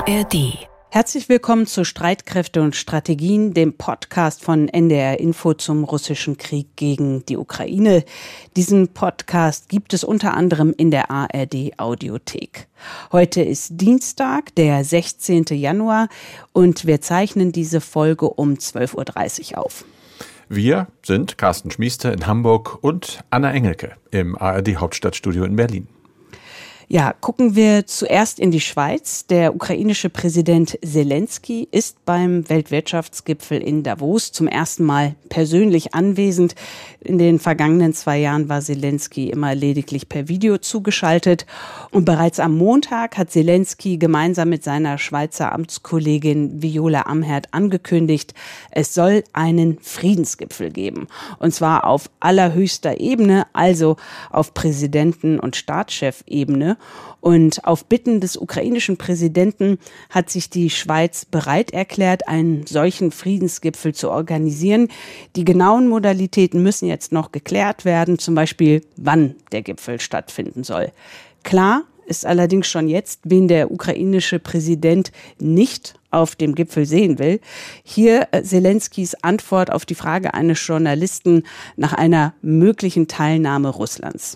ARD. Herzlich willkommen zu Streitkräfte und Strategien, dem Podcast von NDR Info zum russischen Krieg gegen die Ukraine. Diesen Podcast gibt es unter anderem in der ARD Audiothek. Heute ist Dienstag, der 16. Januar und wir zeichnen diese Folge um 12.30 Uhr auf. Wir sind Carsten Schmiester in Hamburg und Anna Engelke im ARD Hauptstadtstudio in Berlin. Ja, gucken wir zuerst in die Schweiz. Der ukrainische Präsident Selenskyj ist beim Weltwirtschaftsgipfel in Davos zum ersten Mal persönlich anwesend. In den vergangenen 2 Jahren war Selenskyj immer lediglich per Video zugeschaltet. Und bereits am Montag hat Selenskyj gemeinsam mit seiner Schweizer Amtskollegin Viola Amherd angekündigt, es soll einen Friedensgipfel geben. Und zwar auf allerhöchster Ebene, also auf Präsidenten- und Staatschefebene. Und auf Bitten des ukrainischen Präsidenten hat sich die Schweiz bereit erklärt, einen solchen Friedensgipfel zu organisieren. Die genauen Modalitäten müssen jetzt noch geklärt werden, zum Beispiel wann der Gipfel stattfinden soll. Klar ist allerdings schon jetzt, wen der ukrainische Präsident nicht auf dem Gipfel sehen will. Hier Selenskyjs Antwort auf die Frage eines Journalisten nach einer möglichen Teilnahme Russlands.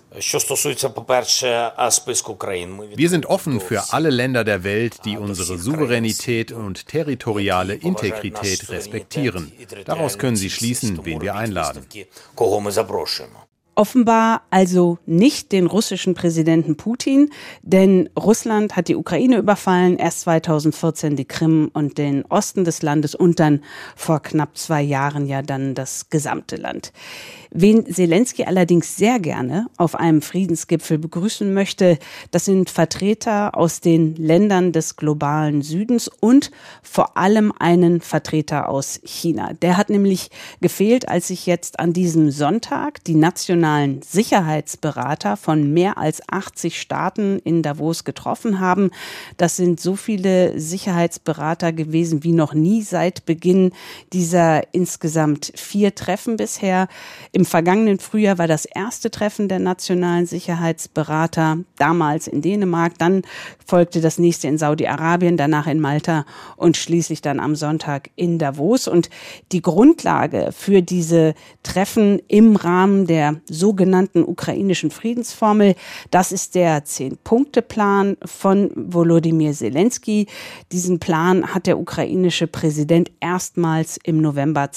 Wir sind offen für alle Länder der Welt, die unsere Souveränität und territoriale Integrität respektieren. Daraus können Sie schließen, wen wir einladen. Offenbar also nicht den russischen Präsidenten Putin, denn Russland hat die Ukraine überfallen, erst 2014 die Krim und den Osten des Landes und dann vor knapp 2 Jahren ja dann das gesamte Land. Wen Selenskyj allerdings sehr gerne auf einem Friedensgipfel begrüßen möchte, das sind Vertreter aus den Ländern des globalen Südens und vor allem einen Vertreter aus China. Der hat nämlich gefehlt, als sich jetzt an diesem Sonntag die nationalen Sicherheitsberater von mehr als 80 Staaten in Davos getroffen haben. Das sind so viele Sicherheitsberater gewesen wie noch nie seit Beginn dieser insgesamt 4 Treffen bisher. Im vergangenen Frühjahr war das erste Treffen der nationalen Sicherheitsberater, damals in Dänemark, dann folgte das nächste in Saudi-Arabien, danach in Malta und schließlich dann am Sonntag in Davos. Und die Grundlage für diese Treffen im Rahmen der sogenannten ukrainischen Friedensformel, das ist der 10-Punkte-Plan von Volodymyr Selenskyj. Diesen Plan hat der ukrainische Präsident erstmals im November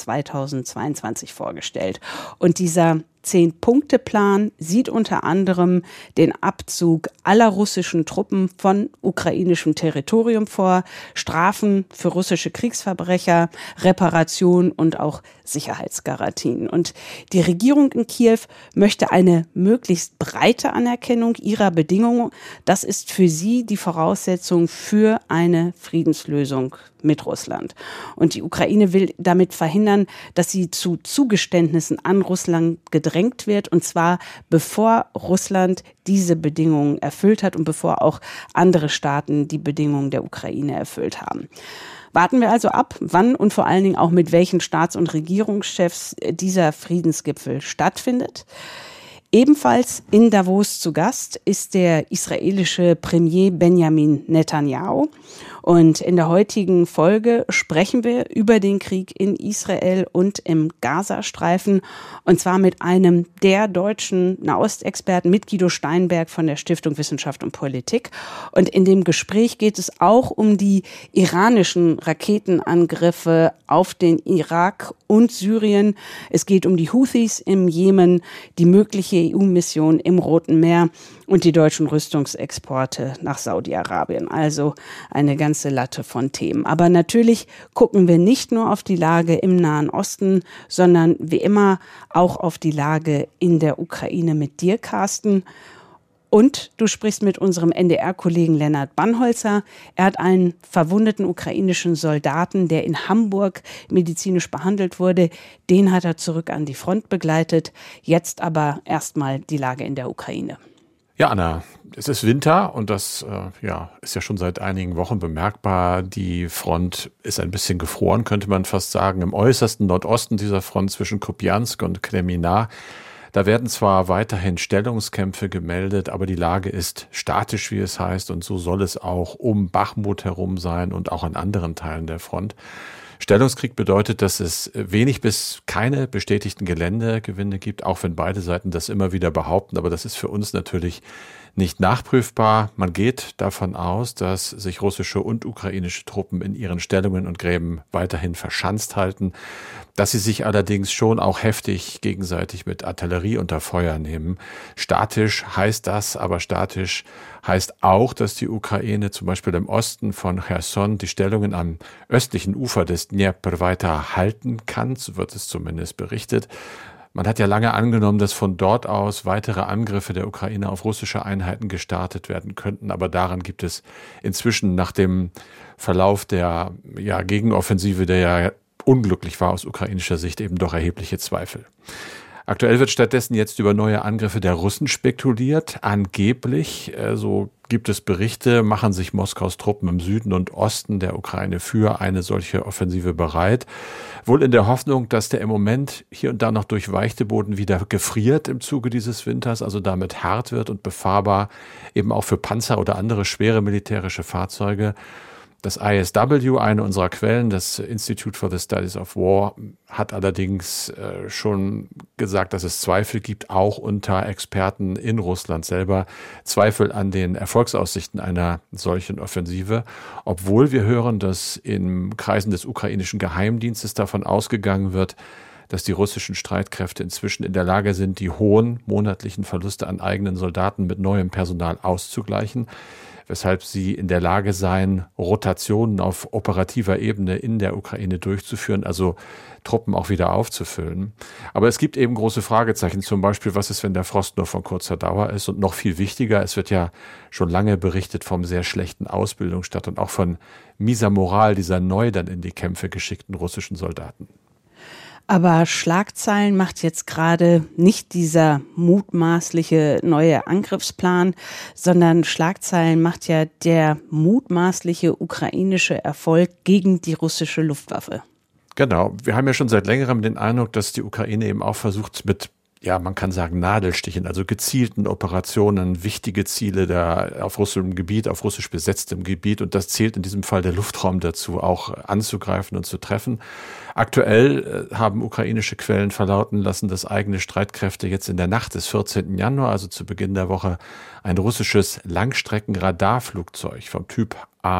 2022 vorgestellt. Und dieser 10-Punkte-Plan sieht unter anderem den Abzug aller russischen Truppen von ukrainischem Territorium vor, Strafen für russische Kriegsverbrecher, Reparation und auch Sicherheitsgarantien. Und die Regierung in Kiew möchte eine möglichst breite Anerkennung ihrer Bedingungen. Das ist für sie die Voraussetzung für eine Friedenslösung mit Russland. Und die Ukraine will damit verhindern, dass sie zu Zugeständnissen an Russland gedrängt wird, und zwar bevor Russland diese Bedingungen erfüllt hat und bevor auch andere Staaten die Bedingungen der Ukraine erfüllt haben. Warten wir also ab, wann und vor allen Dingen auch mit welchen Staats- und Regierungschefs dieser Friedensgipfel stattfindet. Ebenfalls in Davos zu Gast ist der israelische Premier Benjamin Netanyahu. Und in der heutigen Folge sprechen wir über den Krieg in Israel und im Gazastreifen. Und zwar mit einem der deutschen Nahostexperten, mit Guido Steinberg von der Stiftung Wissenschaft und Politik. Und in dem Gespräch geht es auch um die iranischen Raketenangriffe auf den Irak und Syrien. Es geht um die Houthis im Jemen, die mögliche EU-Mission im Roten Meer und die deutschen Rüstungsexporte nach Saudi-Arabien. Also eine ganze Latte von Themen. Aber natürlich gucken wir nicht nur auf die Lage im Nahen Osten, sondern wie immer auch auf die Lage in der Ukraine mit dir, Carsten. Und du sprichst mit unserem NDR-Kollegen Lennart Bannholzer. Er hat einen verwundeten ukrainischen Soldaten, der in Hamburg medizinisch behandelt wurde. Den hat er zurück an die Front begleitet. Jetzt aber erstmal die Lage in der Ukraine. Ja, Anna, es ist Winter und das ist ja schon seit einigen Wochen bemerkbar. Die Front ist ein bisschen gefroren, könnte man fast sagen, im äußersten Nordosten dieser Front zwischen Kupiansk und Kremina. Da werden zwar weiterhin Stellungskämpfe gemeldet, aber die Lage ist statisch, wie es heißt, und so soll es auch um Bachmut herum sein und auch an anderen Teilen der Front. Stellungskrieg bedeutet, dass es wenig bis keine bestätigten Geländegewinne gibt, auch wenn beide Seiten das immer wieder behaupten. Aber das ist für uns natürlich nicht nachprüfbar. Man geht davon aus, dass sich russische und ukrainische Truppen in ihren Stellungen und Gräben weiterhin verschanzt halten, dass sie sich allerdings schon auch heftig gegenseitig mit Artillerie unter Feuer nehmen. Statisch heißt das, aber statisch heißt auch, dass die Ukraine zum Beispiel im Osten von Cherson die Stellungen am östlichen Ufer des Dnepr weiter halten kann, so wird es zumindest berichtet. Man hat ja lange angenommen, dass von dort aus weitere Angriffe der Ukraine auf russische Einheiten gestartet werden könnten, aber daran gibt es inzwischen nach dem Verlauf der Gegenoffensive, der ja unglücklich war aus ukrainischer Sicht, eben doch erhebliche Zweifel. Aktuell wird stattdessen jetzt über neue Angriffe der Russen spekuliert. Angeblich, so gibt es Berichte, machen sich Moskaus Truppen im Süden und Osten der Ukraine für eine solche Offensive bereit. Wohl in der Hoffnung, dass der im Moment hier und da noch durchweichte Boden wieder gefriert im Zuge dieses Winters, also damit hart wird und befahrbar, eben auch für Panzer oder andere schwere militärische Fahrzeuge. Das ISW, eine unserer Quellen, das Institute for the Studies of War, hat allerdings schon gesagt, dass es Zweifel gibt, auch unter Experten in Russland selber, Zweifel an den Erfolgsaussichten einer solchen Offensive, obwohl wir hören, dass in Kreisen des ukrainischen Geheimdienstes davon ausgegangen wird, dass die russischen Streitkräfte inzwischen in der Lage sind, die hohen monatlichen Verluste an eigenen Soldaten mit neuem Personal auszugleichen, weshalb sie in der Lage seien, Rotationen auf operativer Ebene in der Ukraine durchzuführen, also Truppen auch wieder aufzufüllen. Aber es gibt eben große Fragezeichen, zum Beispiel, was ist, wenn der Frost nur von kurzer Dauer ist? Und noch viel wichtiger, es wird ja schon lange berichtet vom sehr schlechten Ausbildungsstand und auch von mieser Moral dieser neu dann in die Kämpfe geschickten russischen Soldaten. Aber Schlagzeilen macht jetzt gerade nicht dieser mutmaßliche neue Angriffsplan, sondern Schlagzeilen macht ja der mutmaßliche ukrainische Erfolg gegen die russische Luftwaffe. Genau. Wir haben ja schon seit längerem den Eindruck, dass die Ukraine eben auch versucht, mit, man kann sagen, Nadelstichen, also gezielten Operationen, wichtige Ziele da auf russischem Gebiet, auf russisch besetztem Gebiet, und das zählt in diesem Fall der Luftraum dazu, auch anzugreifen und zu treffen. Aktuell haben ukrainische Quellen verlauten lassen, dass eigene Streitkräfte jetzt in der Nacht des 14. Januar, also zu Beginn der Woche, ein russisches Langstrecken-Radarflugzeug vom Typ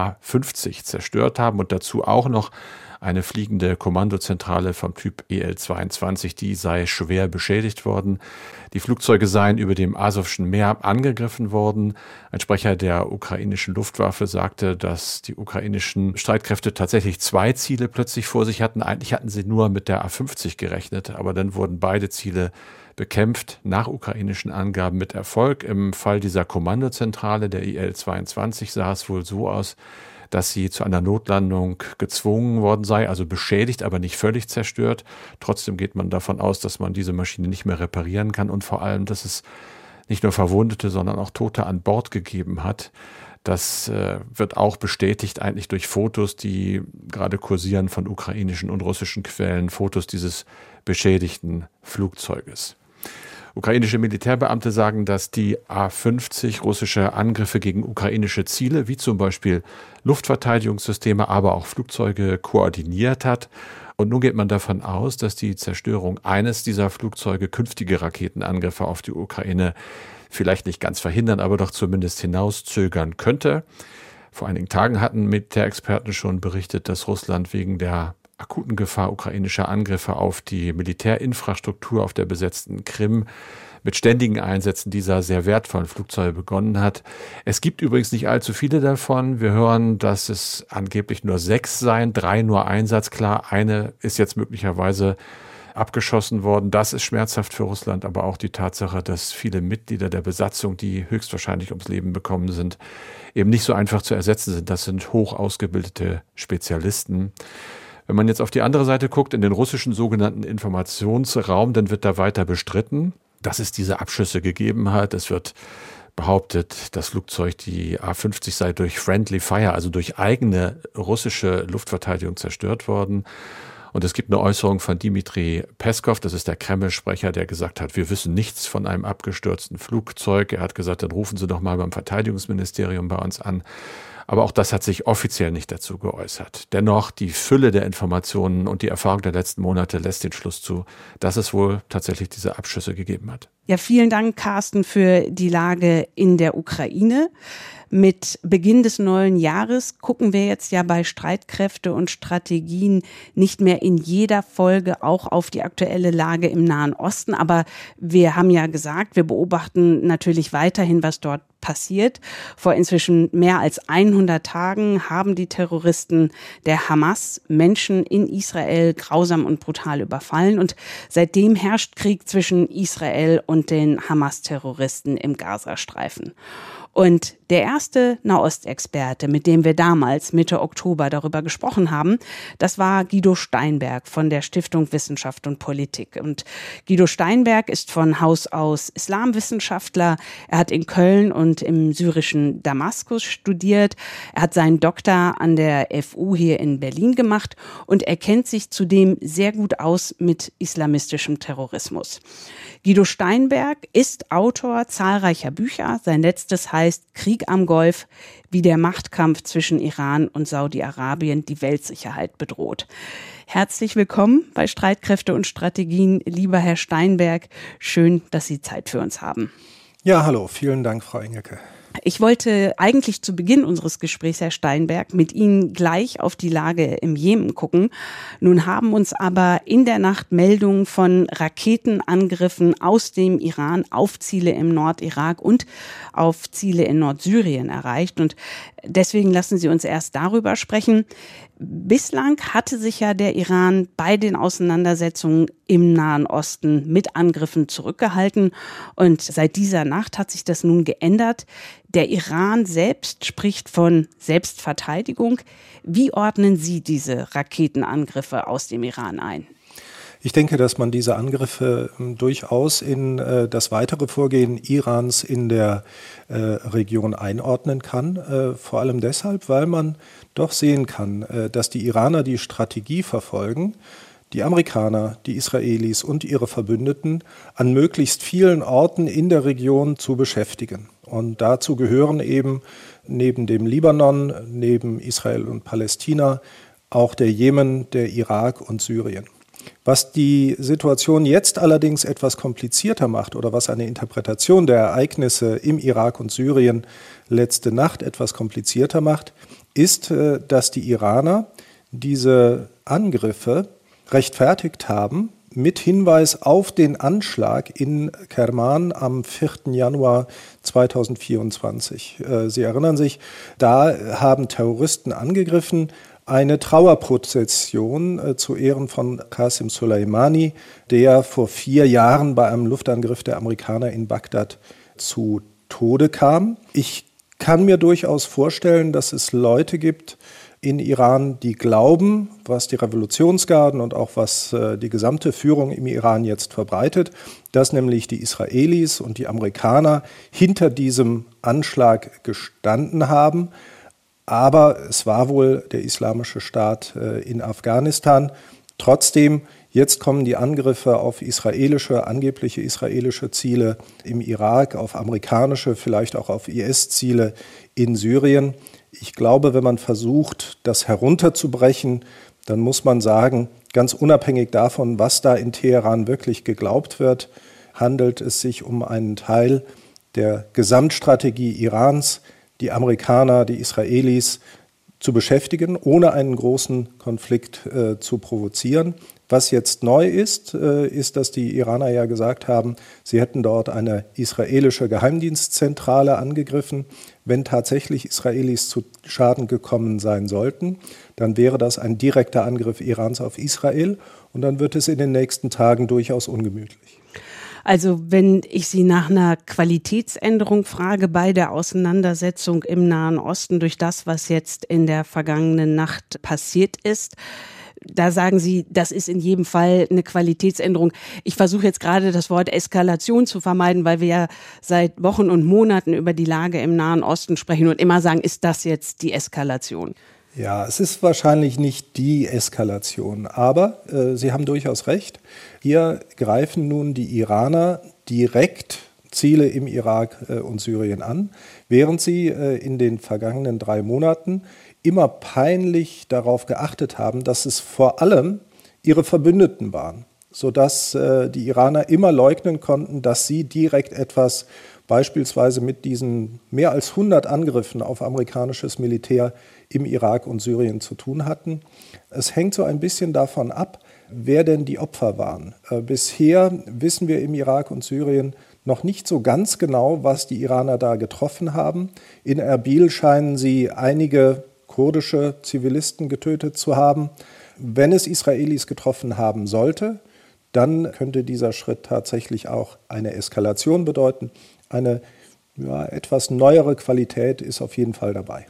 A-50 zerstört haben und dazu auch noch eine fliegende Kommandozentrale vom Typ EL-22, die sei schwer beschädigt worden. Die Flugzeuge seien über dem Asowschen Meer angegriffen worden. Ein Sprecher der ukrainischen Luftwaffe sagte, dass die ukrainischen Streitkräfte tatsächlich 2 Ziele plötzlich vor sich hatten. Eigentlich hatten sie nur mit der A-50 gerechnet, aber dann wurden beide Ziele bekämpft, nach ukrainischen Angaben mit Erfolg. Im Fall dieser Kommandozentrale, der EL-22, sah es wohl so aus, dass sie zu einer Notlandung gezwungen worden sei, also beschädigt, aber nicht völlig zerstört. Trotzdem geht man davon aus, dass man diese Maschine nicht mehr reparieren kann und vor allem, dass es nicht nur Verwundete, sondern auch Tote an Bord gegeben hat. Das wird auch bestätigt eigentlich durch Fotos, die gerade kursieren von ukrainischen und russischen Quellen, Fotos dieses beschädigten Flugzeuges. Ukrainische Militärbeamte sagen, dass die A-50 russische Angriffe gegen ukrainische Ziele, wie zum Beispiel Luftverteidigungssysteme, aber auch Flugzeuge koordiniert hat. Und nun geht man davon aus, dass die Zerstörung eines dieser Flugzeuge künftige Raketenangriffe auf die Ukraine vielleicht nicht ganz verhindern, aber doch zumindest hinauszögern könnte. Vor einigen Tagen hatten Militärexperten schon berichtet, dass Russland wegen der akuten Gefahr ukrainischer Angriffe auf die Militärinfrastruktur auf der besetzten Krim mit ständigen Einsätzen dieser sehr wertvollen Flugzeuge begonnen hat. Es gibt übrigens nicht allzu viele davon. Wir hören, dass es angeblich nur 6 seien, 3 nur einsatzklar. Eine ist jetzt möglicherweise abgeschossen worden. Das ist schmerzhaft für Russland, aber auch die Tatsache, dass viele Mitglieder der Besatzung, die höchstwahrscheinlich ums Leben gekommen sind, eben nicht so einfach zu ersetzen sind. Das sind hoch ausgebildete Spezialisten. Wenn man jetzt auf die andere Seite guckt, in den russischen sogenannten Informationsraum, dann wird da weiter bestritten, dass es diese Abschüsse gegeben hat. Es wird behauptet, das Flugzeug, die A-50, sei durch Friendly Fire, also durch eigene russische Luftverteidigung zerstört worden. Und es gibt eine Äußerung von Dmitri Peskov, das ist der Kreml-Sprecher, der gesagt hat, wir wissen nichts von einem abgestürzten Flugzeug. Er hat gesagt, dann rufen Sie doch mal beim Verteidigungsministerium bei uns an. Aber auch das hat sich offiziell nicht dazu geäußert. Dennoch, die Fülle der Informationen und die Erfahrung der letzten Monate lässt den Schluss zu, dass es wohl tatsächlich diese Abschüsse gegeben hat. Ja, vielen Dank, Carsten, für die Lage in der Ukraine. Mit Beginn des neuen Jahres gucken wir jetzt ja bei Streitkräfte und Strategien nicht mehr in jeder Folge auch auf die aktuelle Lage im Nahen Osten. Aber wir haben ja gesagt, wir beobachten natürlich weiterhin, was dort passiert. Vor inzwischen mehr als 100 Tagen haben die Terroristen der Hamas Menschen in Israel grausam und brutal überfallen. Und seitdem herrscht Krieg zwischen Israel und den Hamas-Terroristen im Gazastreifen. Und der erste Nahostexperte, mit dem wir damals Mitte Oktober darüber gesprochen haben, das war Guido Steinberg von der Stiftung Wissenschaft und Politik. Und Guido Steinberg ist von Haus aus Islamwissenschaftler. Er hat in Köln und im syrischen Damaskus studiert. Er hat seinen Doktor an der FU hier in Berlin gemacht und er kennt sich zudem sehr gut aus mit islamistischem Terrorismus. Guido Steinberg ist Autor zahlreicher Bücher. Sein letztes heißt Krieg am Golf, wie der Machtkampf zwischen Iran und Saudi-Arabien die Weltsicherheit bedroht. Herzlich willkommen bei Streitkräfte und Strategien, lieber Herr Steinberg. Schön, dass Sie Zeit für uns haben. Ja, hallo, vielen Dank, Frau Engelke. Ich wollte eigentlich zu Beginn unseres Gesprächs, Herr Steinberg, mit Ihnen gleich auf die Lage im Jemen gucken. Nun haben uns aber in der Nacht Meldungen von Raketenangriffen aus dem Iran auf Ziele im Nordirak und auf Ziele in Nordsyrien erreicht. Und deswegen lassen Sie uns erst darüber sprechen. Bislang hatte sich ja der Iran bei den Auseinandersetzungen im Nahen Osten mit Angriffen zurückgehalten. Und seit dieser Nacht hat sich das nun geändert. Der Iran selbst spricht von Selbstverteidigung. Wie ordnen Sie diese Raketenangriffe aus dem Iran ein? Ich denke, dass man diese Angriffe durchaus in das weitere Vorgehen Irans in der Region einordnen kann. Vor allem deshalb, weil man doch sehen kann, dass die Iraner die Strategie verfolgen, die Amerikaner, die Israelis und ihre Verbündeten an möglichst vielen Orten in der Region zu beschäftigen. Und dazu gehören eben neben dem Libanon, neben Israel und Palästina auch der Jemen, der Irak und Syrien. Was die Situation jetzt allerdings etwas komplizierter macht oder was eine Interpretation der Ereignisse im Irak und Syrien letzte Nacht etwas komplizierter macht, ist, dass die Iraner diese Angriffe rechtfertigt haben mit Hinweis auf den Anschlag in Kerman am 4. Januar 2024. Sie erinnern sich, da haben Terroristen angegriffen, eine Trauerprozession zu Ehren von Qasem Soleimani, der vor 4 Jahren bei einem Luftangriff der Amerikaner in Bagdad zu Tode kam. Ich kann mir durchaus vorstellen, dass es Leute gibt in Iran, die glauben, was die Revolutionsgarden und auch was die gesamte Führung im Iran jetzt verbreitet, dass nämlich die Israelis und die Amerikaner hinter diesem Anschlag gestanden haben. Aber es war wohl der Islamische Staat in Afghanistan. Trotzdem, jetzt kommen die Angriffe auf angebliche israelische Ziele im Irak, auf amerikanische, vielleicht auch auf IS-Ziele in Syrien. Ich glaube, wenn man versucht, das herunterzubrechen, dann muss man sagen, ganz unabhängig davon, was da in Teheran wirklich geglaubt wird, handelt es sich um einen Teil der Gesamtstrategie Irans, die Amerikaner, die Israelis zu beschäftigen, ohne einen großen Konflikt zu provozieren. Was jetzt neu ist, ist, dass die Iraner ja gesagt haben, sie hätten dort eine israelische Geheimdienstzentrale angegriffen. Wenn tatsächlich Israelis zu Schaden gekommen sein sollten, dann wäre das ein direkter Angriff Irans auf Israel und dann wird es in den nächsten Tagen durchaus ungemütlich. Also wenn ich Sie nach einer Qualitätsänderung frage bei der Auseinandersetzung im Nahen Osten durch das, was jetzt in der vergangenen Nacht passiert ist, da sagen Sie, das ist in jedem Fall eine Qualitätsänderung. Ich versuche jetzt gerade das Wort Eskalation zu vermeiden, weil wir ja seit Wochen und Monaten über die Lage im Nahen Osten sprechen und immer sagen, ist das jetzt die Eskalation? Ja, es ist wahrscheinlich nicht die Eskalation, aber Sie haben durchaus recht. Hier greifen nun die Iraner direkt Ziele im Irak und Syrien an, während sie in den vergangenen 3 Monaten immer peinlich darauf geachtet haben, dass es vor allem ihre Verbündeten waren, sodass die Iraner immer leugnen konnten, dass sie direkt etwas beispielsweise mit diesen mehr als 100 Angriffen auf amerikanisches Militär im Irak und Syrien zu tun hatten. Es hängt so ein bisschen davon ab, wer denn die Opfer waren. Bisher wissen wir im Irak und Syrien noch nicht so ganz genau, was die Iraner da getroffen haben. In Erbil scheinen sie einige kurdische Zivilisten getötet zu haben. Wenn es Israelis getroffen haben sollte, dann könnte dieser Schritt tatsächlich auch eine Eskalation bedeuten. Eine etwas neuere Qualität ist auf jeden Fall dabei.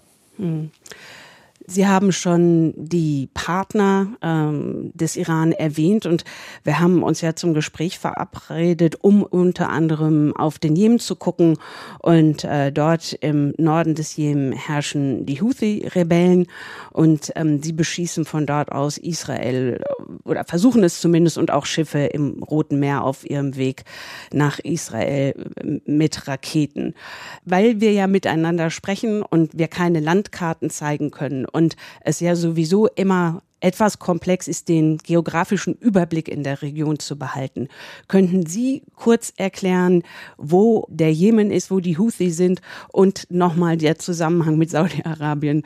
Sie haben schon die Partner des Iran erwähnt und wir haben uns ja zum Gespräch verabredet, um unter anderem auf den Jemen zu gucken. Und dort im Norden des Jemen herrschen die Houthi-Rebellen und sie beschießen von dort aus Israel oder versuchen es zumindest und auch Schiffe im Roten Meer auf ihrem Weg nach Israel mit Raketen. Weil wir ja miteinander sprechen und wir keine Landkarten zeigen können und es ja sowieso immer etwas komplex ist, den geografischen Überblick in der Region zu behalten. Könnten Sie kurz erklären, wo der Jemen ist, wo die Houthi sind und nochmal der Zusammenhang mit Saudi-Arabien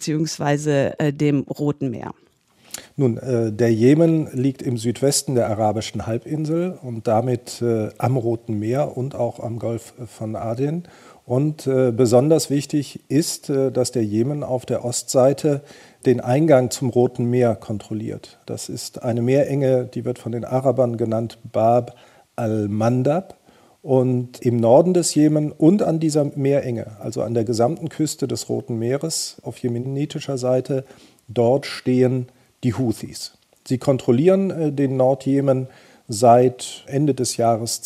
bzw. dem Roten Meer? Nun, der Jemen liegt im Südwesten der arabischen Halbinsel und damit am Roten Meer und auch am Golf von Aden. Und besonders wichtig ist, dass der Jemen auf der Ostseite den Eingang zum Roten Meer kontrolliert. Das ist eine Meerenge, die wird von den Arabern genannt Bab al-Mandab. Und im Norden des Jemen und an dieser Meerenge, also an der gesamten Küste des Roten Meeres auf jemenitischer Seite, dort stehen die Houthis. Sie kontrollieren den Nordjemen seit Ende des Jahres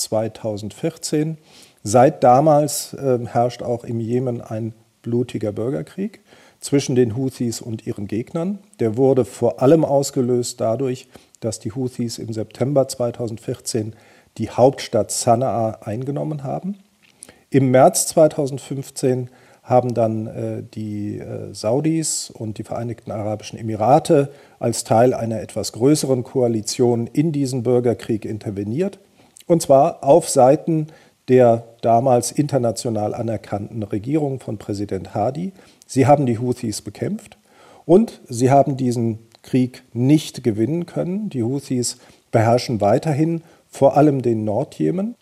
2014. Seit damals herrscht auch im Jemen ein blutiger Bürgerkrieg zwischen den Houthis und ihren Gegnern. Der wurde vor allem ausgelöst dadurch, dass die Houthis im September 2014 die Hauptstadt Sanaa eingenommen haben. Im März 2015 haben dann die Saudis und die Vereinigten Arabischen Emirate als Teil einer etwas größeren Koalition in diesen Bürgerkrieg interveniert. Und zwar auf Seiten der damals international anerkannten Regierung von Präsident Hadi. Sie haben die Houthis bekämpft und sie haben diesen Krieg nicht gewinnen können. Die Houthis beherrschen weiterhin vor allem den Nordjemen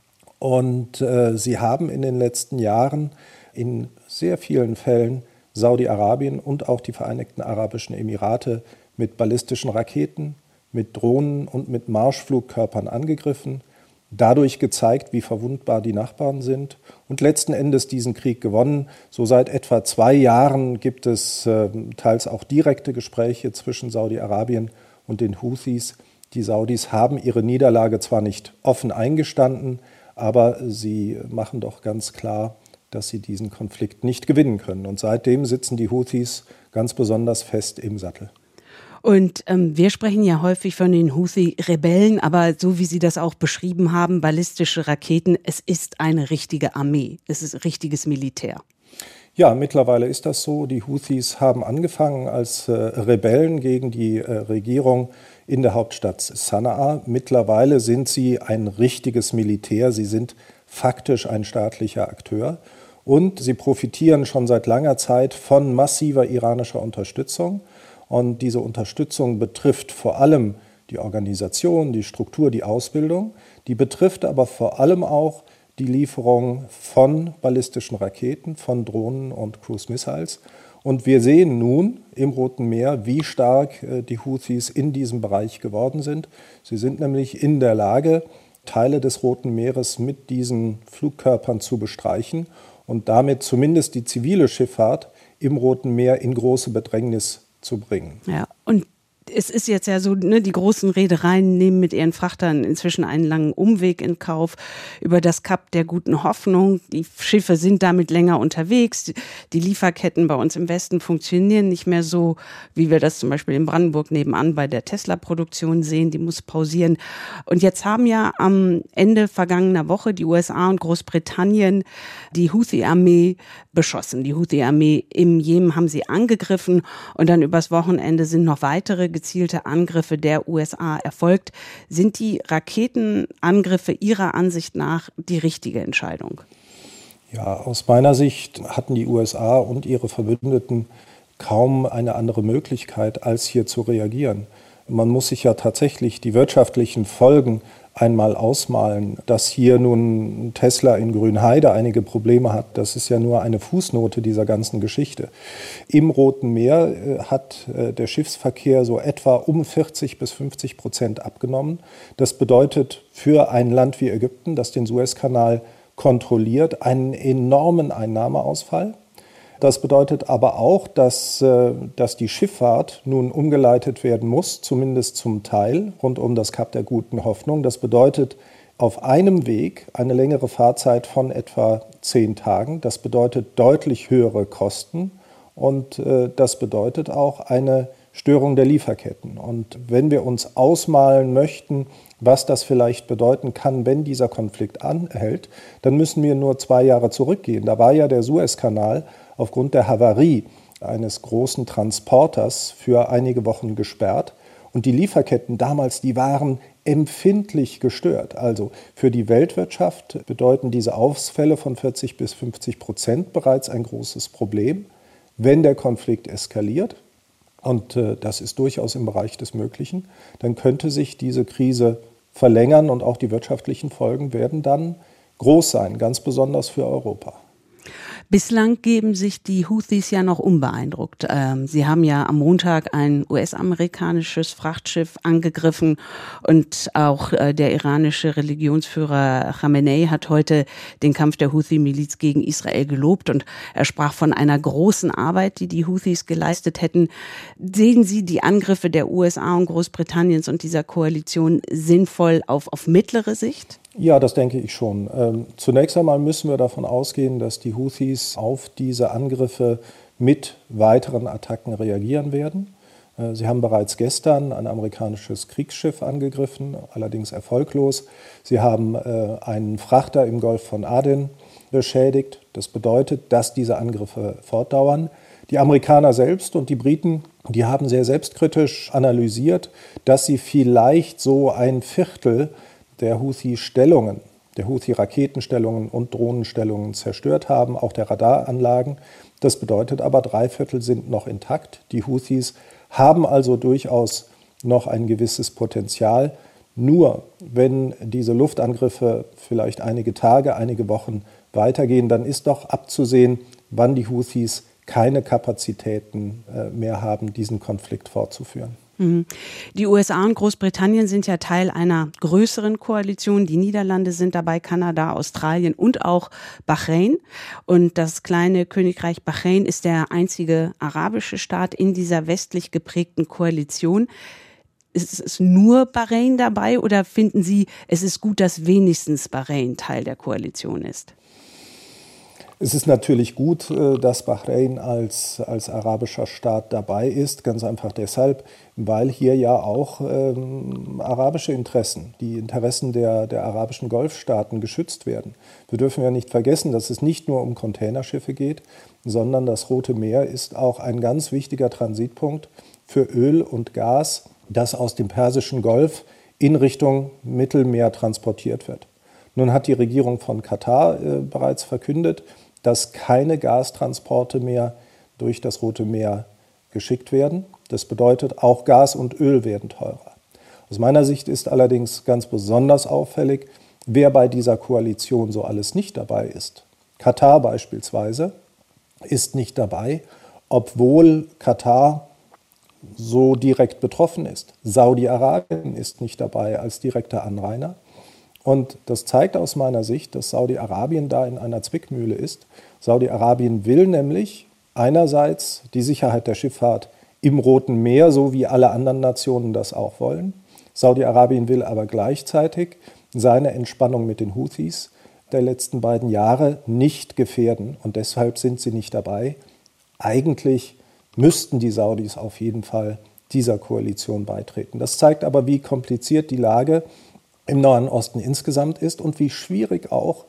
und sie haben in den letzten Jahren in sehr vielen Fällen Saudi-Arabien und auch die Vereinigten Arabischen Emirate mit ballistischen Raketen, mit Drohnen und mit Marschflugkörpern angegriffen, dadurch gezeigt, wie verwundbar die Nachbarn sind und letzten Endes diesen Krieg gewonnen. So seit etwa 2 Jahren gibt es teils auch direkte Gespräche zwischen Saudi-Arabien und den Houthis. Die Saudis haben ihre Niederlage zwar nicht offen eingestanden, aber sie machen doch ganz klar, dass sie diesen Konflikt nicht gewinnen können. Und seitdem sitzen die Houthis ganz besonders fest im Sattel. Und wir sprechen ja häufig von den Houthi-Rebellen, aber so wie Sie das auch beschrieben haben, ballistische Raketen, es ist eine richtige Armee, es ist richtiges Militär. Ja, mittlerweile ist das so. Die Houthis haben angefangen als Rebellen gegen die Regierung in der Hauptstadt Sanaa. Mittlerweile sind sie ein richtiges Militär, sie sind faktisch ein staatlicher Akteur. Und sie profitieren schon seit langer Zeit von massiver iranischer Unterstützung. Und diese Unterstützung betrifft vor allem die Organisation, die Struktur, die Ausbildung. Die betrifft aber vor allem auch die Lieferung von ballistischen Raketen, von Drohnen und Cruise Missiles. Und wir sehen nun im Roten Meer, wie stark die Houthis in diesem Bereich geworden sind. Sie sind nämlich in der Lage, Teile des Roten Meeres mit diesen Flugkörpern zu bestreichen und damit zumindest die zivile Schifffahrt im Roten Meer in große Bedrängnis zu bringen. Ja, und Es ist jetzt ja so, ne, die großen Reedereien nehmen mit ihren Frachtern inzwischen einen langen Umweg in Kauf über das Kap der Guten Hoffnung. Die Schiffe sind damit länger unterwegs. Die Lieferketten bei uns im Westen funktionieren nicht mehr so, wie wir das zum Beispiel in Brandenburg nebenan bei der Tesla-Produktion sehen. Die muss pausieren. Und jetzt haben ja am Ende vergangener Woche die USA und Großbritannien die Houthi-Armee beschossen. Die Houthi-Armee im Jemen haben sie angegriffen und dann übers Wochenende sind noch weitere gezielte Angriffe der USA erfolgt. Sind die Raketenangriffe Ihrer Ansicht nach die richtige Entscheidung? Ja, aus meiner Sicht hatten die USA und ihre Verbündeten kaum eine andere Möglichkeit, als hier zu reagieren. Man muss sich ja tatsächlich die wirtschaftlichen Folgen einmal ausmalen. Dass hier nun Tesla in Grünheide einige Probleme hat, das ist ja nur eine Fußnote dieser ganzen Geschichte. Im Roten Meer hat der Schiffsverkehr so etwa um 40-50% abgenommen. Das bedeutet für ein Land wie Ägypten, das den Suezkanal kontrolliert, einen enormen Einnahmeausfall. Das bedeutet aber auch, dass die Schifffahrt nun umgeleitet werden muss, zumindest zum Teil, rund um das Kap der Guten Hoffnung. Das bedeutet auf einem Weg eine längere Fahrzeit von etwa 10 Tagen. Das bedeutet deutlich höhere Kosten und das bedeutet auch eine Störung der Lieferketten. Und wenn wir uns ausmalen möchten, was das vielleicht bedeuten kann, wenn dieser Konflikt anhält, dann müssen wir nur 2 Jahre zurückgehen. Da war ja der Suezkanal aufgrund der Havarie eines großen Transporters für einige Wochen gesperrt. Und die Lieferketten damals, die waren empfindlich gestört. Also für die Weltwirtschaft bedeuten diese Ausfälle von 40-50% bereits ein großes Problem, wenn der Konflikt eskaliert. Und das ist durchaus im Bereich des Möglichen. Dann könnte sich diese Krise verlängern und auch die wirtschaftlichen Folgen werden dann groß sein, ganz besonders für Europa. Bislang geben sich die Houthis ja noch unbeeindruckt. Sie haben ja am Montag ein US-amerikanisches Frachtschiff angegriffen und auch der iranische Religionsführer Khamenei hat heute den Kampf der Houthi-Miliz gegen Israel gelobt und er sprach von einer großen Arbeit, die die Houthis geleistet hätten. Sehen Sie die Angriffe der USA und Großbritanniens und dieser Koalition sinnvoll auf mittlere Sicht? Ja, das denke ich schon. Zunächst einmal müssen wir davon ausgehen, dass die Houthis auf diese Angriffe mit weiteren Attacken reagieren werden. Sie haben bereits gestern ein amerikanisches Kriegsschiff angegriffen, allerdings erfolglos. Sie haben einen Frachter im Golf von Aden beschädigt. Das bedeutet, dass diese Angriffe fortdauern. Die Amerikaner selbst und die Briten, die haben sehr selbstkritisch analysiert, dass sie vielleicht so ein Viertel der Houthi-Stellungen, der Houthi-Raketenstellungen und Drohnenstellungen zerstört haben, auch der Radaranlagen. Das bedeutet aber, 3/4 sind noch intakt. Die Houthis haben also durchaus noch ein gewisses Potenzial. Nur wenn diese Luftangriffe vielleicht einige Tage, einige Wochen weitergehen, dann ist doch abzusehen, wann die Houthis keine Kapazitäten mehr haben, diesen Konflikt fortzuführen. Die USA und Großbritannien sind ja Teil einer größeren Koalition. Die Niederlande sind dabei, Kanada, Australien und auch Bahrain. Und das kleine Königreich Bahrain ist der einzige arabische Staat in dieser westlich geprägten Koalition. Ist es nur Bahrain dabei oder finden Sie, es ist gut, dass wenigstens Bahrain Teil der Koalition ist? Es ist natürlich gut, dass Bahrain als arabischer Staat dabei ist, ganz einfach deshalb, weil hier ja auch arabische Interessen, die Interessen der arabischen Golfstaaten geschützt werden. Wir dürfen ja nicht vergessen, dass es nicht nur um Containerschiffe geht, sondern das Rote Meer ist auch ein ganz wichtiger Transitpunkt für Öl und Gas, das aus dem Persischen Golf in Richtung Mittelmeer transportiert wird. Nun hat die Regierung von Katar bereits verkündet, dass keine Gastransporte mehr durch das Rote Meer geschickt werden. Das bedeutet, auch Gas und Öl werden teurer. Aus meiner Sicht ist allerdings ganz besonders auffällig, wer bei dieser Koalition so alles nicht dabei ist. Katar beispielsweise ist nicht dabei, obwohl Katar so direkt betroffen ist. Saudi-Arabien ist nicht dabei als direkter Anrainer. Und das zeigt aus meiner Sicht, dass Saudi-Arabien da in einer Zwickmühle ist. Saudi-Arabien will nämlich einerseits die Sicherheit der Schifffahrt im Roten Meer, so wie alle anderen Nationen das auch wollen. Saudi-Arabien will aber gleichzeitig seine Entspannung mit den Houthis der letzten beiden Jahre nicht gefährden und deshalb sind sie nicht dabei. Eigentlich müssten die Saudis auf jeden Fall dieser Koalition beitreten. Das zeigt aber, wie kompliziert die Lage im Nahen Osten insgesamt ist und wie schwierig auch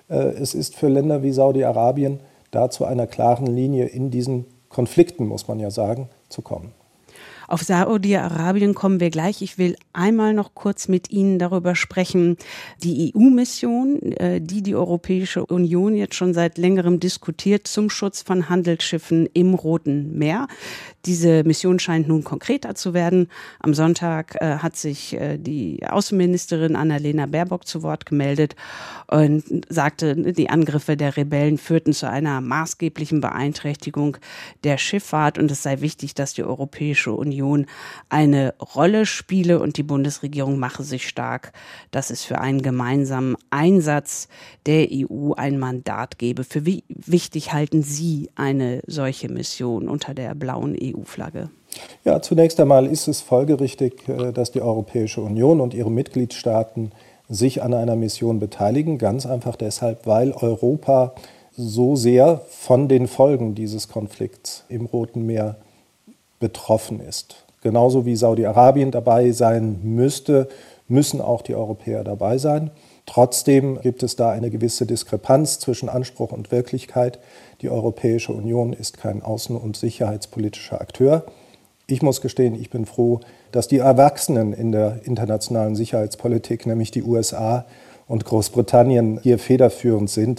es ist für Länder wie Saudi-Arabien, da zu einer klaren Linie in diesen Konflikten, muss man ja sagen, zu kommen. Auf Saudi-Arabien kommen wir gleich. Ich will einmal noch kurz mit Ihnen darüber sprechen. Die EU-Mission, die Europäische Union jetzt schon seit längerem diskutiert zum Schutz von Handelsschiffen im Roten Meer. Diese Mission scheint nun konkreter zu werden. Am Sonntag hat sich die Außenministerin Annalena Baerbock zu Wort gemeldet und sagte, die Angriffe der Rebellen führten zu einer maßgeblichen Beeinträchtigung der Schifffahrt und es sei wichtig, dass die Europäische Union eine Rolle spiele und die Bundesregierung mache sich stark, dass es für einen gemeinsamen Einsatz der EU ein Mandat gebe. Für wie wichtig halten Sie eine solche Mission unter der blauen EU-Flagge? Ja, zunächst einmal ist es folgerichtig, dass die Europäische Union und ihre Mitgliedstaaten sich an einer Mission beteiligen. Ganz einfach deshalb, weil Europa so sehr von den Folgen dieses Konflikts im Roten Meer betroffen ist. Genauso wie Saudi-Arabien dabei sein müsste, müssen auch die Europäer dabei sein. Trotzdem gibt es da eine gewisse Diskrepanz zwischen Anspruch und Wirklichkeit. Die Europäische Union ist kein außen- und sicherheitspolitischer Akteur. Ich muss gestehen, ich bin froh, dass die Erwachsenen in der internationalen Sicherheitspolitik, nämlich die USA und Großbritannien, hier federführend sind.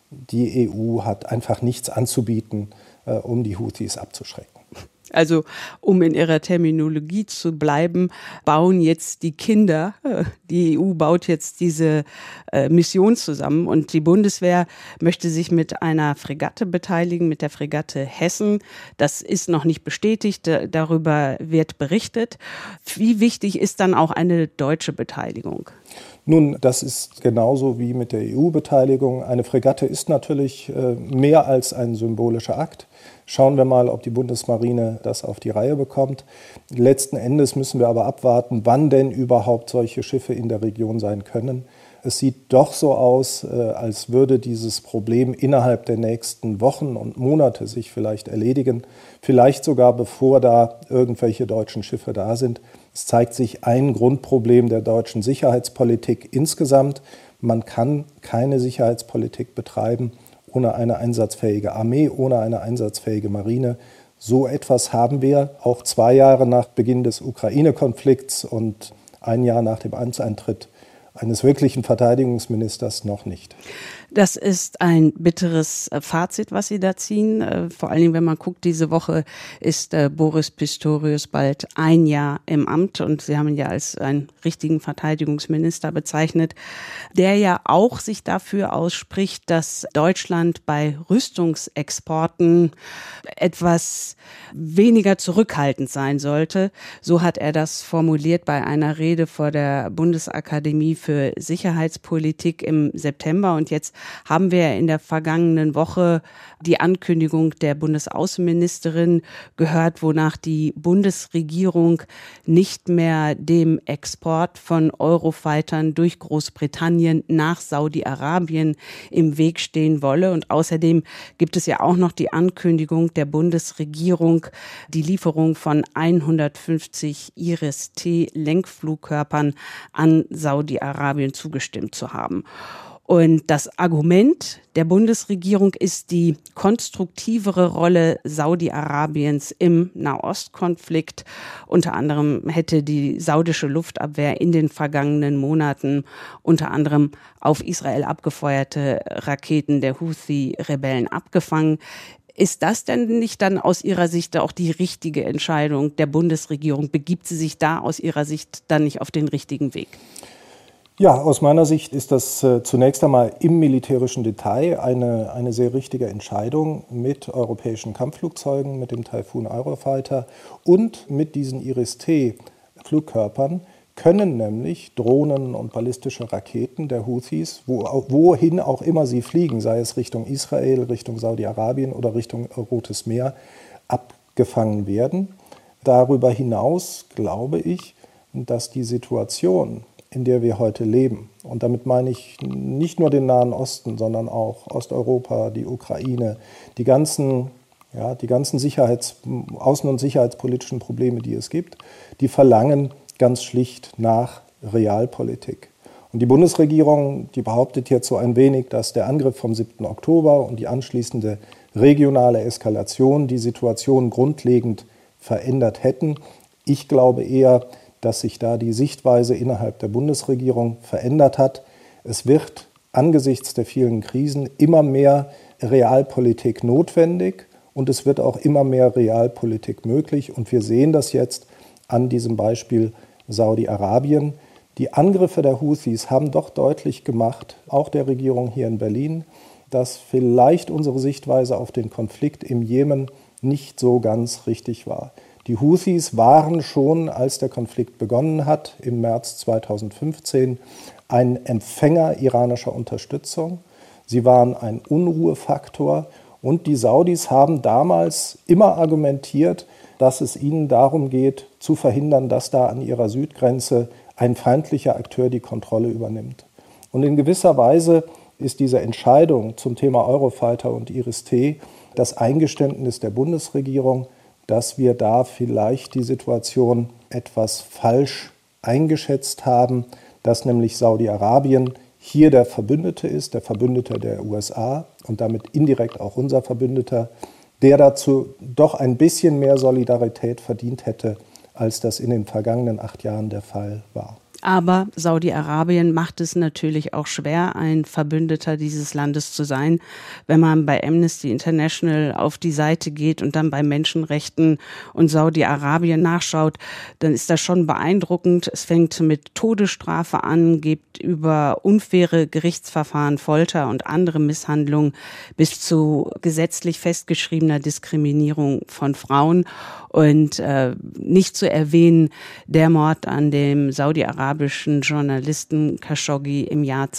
Die EU hat einfach nichts anzubieten, um die Houthis abzuschrecken. Also, um in Ihrer Terminologie zu bleiben, bauen jetzt die Kinder, die EU baut jetzt diese Mission zusammen und die Bundeswehr möchte sich mit einer Fregatte beteiligen, mit der Fregatte Hessen. Das ist noch nicht bestätigt, darüber wird berichtet. Wie wichtig ist dann auch eine deutsche Beteiligung? Nun, das ist genauso wie mit der EU-Beteiligung. Eine Fregatte ist natürlich mehr als ein symbolischer Akt. Schauen wir mal, ob die Bundesmarine das auf die Reihe bekommt. Letzten Endes müssen wir aber abwarten, wann denn überhaupt solche Schiffe in der Region sein können. Es sieht doch so aus, als würde dieses Problem innerhalb der nächsten Wochen und Monate sich vielleicht erledigen. Vielleicht sogar bevor da irgendwelche deutschen Schiffe da sind. Es zeigt sich ein Grundproblem der deutschen Sicherheitspolitik insgesamt. Man kann keine Sicherheitspolitik betreiben ohne eine einsatzfähige Armee, ohne eine einsatzfähige Marine. So etwas haben wir auch 2 Jahre nach Beginn des Ukraine-Konflikts und 1 Jahr nach dem Amtseintritt eines wirklichen Verteidigungsministers noch nicht. Das ist ein bitteres Fazit, was Sie da ziehen. Vor allen Dingen, wenn man guckt, diese Woche ist Boris Pistorius bald 1 Jahr im Amt und Sie haben ihn ja als einen richtigen Verteidigungsminister bezeichnet, der ja auch sich dafür ausspricht, dass Deutschland bei Rüstungsexporten etwas weniger zurückhaltend sein sollte. So hat er das formuliert bei einer Rede vor der Bundesakademie für Sicherheitspolitik im September und jetzt haben wir in der vergangenen Woche die Ankündigung der Bundesaußenministerin gehört, wonach die Bundesregierung nicht mehr dem Export von Eurofightern durch Großbritannien nach Saudi-Arabien im Weg stehen wolle. Und außerdem gibt es ja auch noch die Ankündigung der Bundesregierung, die Lieferung von 150 Iris-T-Lenkflugkörpern an Saudi-Arabien zugestimmt zu haben. Und das Argument der Bundesregierung ist die konstruktivere Rolle Saudi-Arabiens im Nahostkonflikt. Unter anderem hätte die saudische Luftabwehr in den vergangenen Monaten unter anderem auf Israel abgefeuerte Raketen der Houthi-Rebellen abgefangen. Ist das denn nicht dann aus Ihrer Sicht auch die richtige Entscheidung der Bundesregierung? Begibt sie sich da aus Ihrer Sicht dann nicht auf den richtigen Weg? Ja, aus meiner Sicht ist das zunächst einmal im militärischen Detail eine sehr richtige Entscheidung mit europäischen Kampfflugzeugen, mit dem Typhoon Eurofighter und mit diesen Iris-T-Flugkörpern können nämlich Drohnen und ballistische Raketen der Houthis, wohin auch immer sie fliegen, sei es Richtung Israel, Richtung Saudi-Arabien oder Richtung Rotes Meer, abgefangen werden. Darüber hinaus glaube ich, dass die Situation, in der wir heute leben, und damit meine ich nicht nur den Nahen Osten, sondern auch Osteuropa, die Ukraine, die ganzen außen- und sicherheitspolitischen Probleme, die es gibt, die verlangen ganz schlicht nach Realpolitik. Und die Bundesregierung, die behauptet jetzt so ein wenig, dass der Angriff vom 7. Oktober und die anschließende regionale Eskalation die Situation grundlegend verändert hätten. Ich glaube eher, dass sich da die Sichtweise innerhalb der Bundesregierung verändert hat. Es wird angesichts der vielen Krisen immer mehr Realpolitik notwendig und es wird auch immer mehr Realpolitik möglich. Und wir sehen das jetzt an diesem Beispiel Saudi-Arabien. Die Angriffe der Houthis haben doch deutlich gemacht, auch der Regierung hier in Berlin, dass vielleicht unsere Sichtweise auf den Konflikt im Jemen nicht so ganz richtig war. Die Houthis waren schon, als der Konflikt begonnen hat, im März 2015, ein Empfänger iranischer Unterstützung. Sie waren ein Unruhefaktor und die Saudis haben damals immer argumentiert, dass es ihnen darum geht, zu verhindern, dass da an ihrer Südgrenze ein feindlicher Akteur die Kontrolle übernimmt. Und in gewisser Weise ist diese Entscheidung zum Thema Eurofighter und Iris-T das Eingeständnis der Bundesregierung, dass wir da vielleicht die Situation etwas falsch eingeschätzt haben, dass nämlich Saudi-Arabien hier der Verbündete ist, der Verbündete der USA und damit indirekt auch unser Verbündeter, der dazu doch ein bisschen mehr Solidarität verdient hätte, als das in den vergangenen 8 Jahren der Fall war. Aber Saudi-Arabien macht es natürlich auch schwer, ein Verbündeter dieses Landes zu sein. Wenn man bei Amnesty International auf die Seite geht und dann bei Menschenrechten und Saudi-Arabien nachschaut, dann ist das schon beeindruckend. Es fängt mit Todesstrafe an, geht über unfaire Gerichtsverfahren, Folter und andere Misshandlungen bis zu gesetzlich festgeschriebener Diskriminierung von Frauen. Und nicht zu erwähnen, der Mord an dem saudi-arabischen Journalisten Khashoggi im Jahr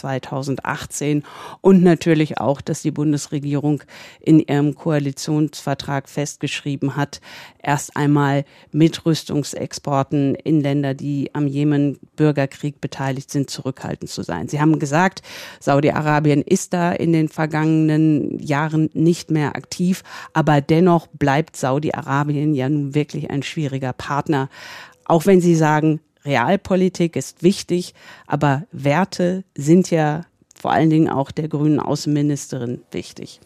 2018 und natürlich auch, dass die Bundesregierung in ihrem Koalitionsvertrag festgeschrieben hat, erst einmal mit Rüstungsexporten in Länder, die am Jemen-Bürgerkrieg beteiligt sind, zurückhaltend zu sein. Sie haben gesagt, Saudi-Arabien ist da in den vergangenen Jahren nicht mehr aktiv, aber dennoch bleibt Saudi-Arabien ja nun wirklich ein schwieriger Partner. Auch wenn Sie sagen, Realpolitik ist wichtig, aber Werte sind ja vor allen Dingen auch der grünen Außenministerin wichtig.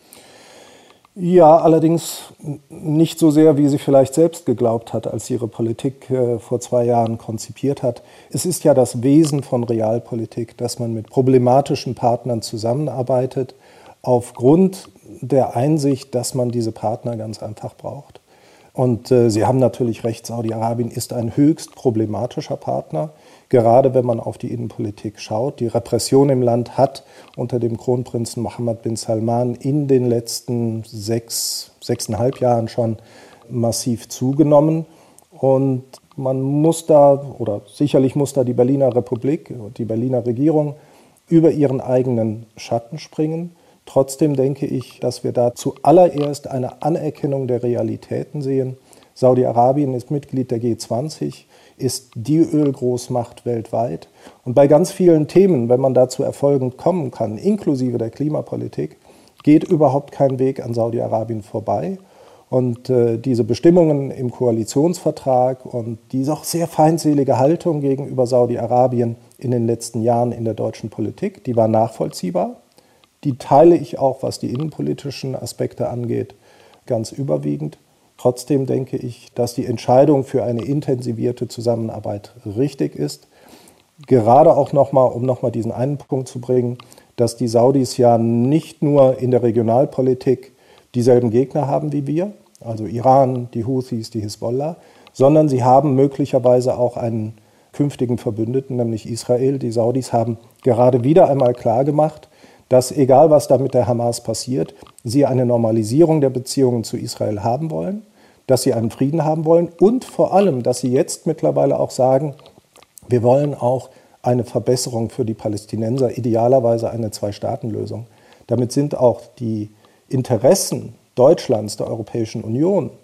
Ja, allerdings nicht so sehr, wie sie vielleicht selbst geglaubt hat, als sie ihre Politik vor 2 Jahren konzipiert hat. Es ist ja das Wesen von Realpolitik, dass man mit problematischen Partnern zusammenarbeitet, aufgrund der Einsicht, dass man diese Partner ganz einfach braucht. Und Sie haben natürlich recht, Saudi-Arabien ist ein höchst problematischer Partner, gerade wenn man auf die Innenpolitik schaut. Die Repression im Land hat unter dem Kronprinzen Mohammed bin Salman in den letzten 6,5 Jahren schon massiv zugenommen. Und man muss da, oder sicherlich muss da die Berliner Republik, die Berliner Regierung über ihren eigenen Schatten springen. Trotzdem denke ich, dass wir da zuallererst eine Anerkennung der Realitäten sehen. Saudi-Arabien ist Mitglied der G20, ist die Ölgroßmacht weltweit. Und bei ganz vielen Themen, wenn man da zu Erfolgen kommen kann, inklusive der Klimapolitik, geht überhaupt kein Weg an Saudi-Arabien vorbei. Und diese Bestimmungen im Koalitionsvertrag und diese auch sehr feindselige Haltung gegenüber Saudi-Arabien in den letzten Jahren in der deutschen Politik, die war nachvollziehbar. Die teile ich auch, was die innenpolitischen Aspekte angeht, ganz überwiegend. Trotzdem denke ich, dass die Entscheidung für eine intensivierte Zusammenarbeit richtig ist. Gerade auch nochmal, um nochmal diesen einen Punkt zu bringen, dass die Saudis ja nicht nur in der Regionalpolitik dieselben Gegner haben wie wir, also Iran, die Houthis, die Hisbollah, sondern sie haben möglicherweise auch einen künftigen Verbündeten, nämlich Israel. Die Saudis haben gerade wieder einmal klargemacht, dass egal was da mit der Hamas passiert, sie eine Normalisierung der Beziehungen zu Israel haben wollen, dass sie einen Frieden haben wollen und vor allem, dass sie jetzt mittlerweile auch sagen, wir wollen auch eine Verbesserung für die Palästinenser, idealerweise eine Zwei-Staaten-Lösung. Damit sind auch die Interessen Deutschlands, der Europäischen Union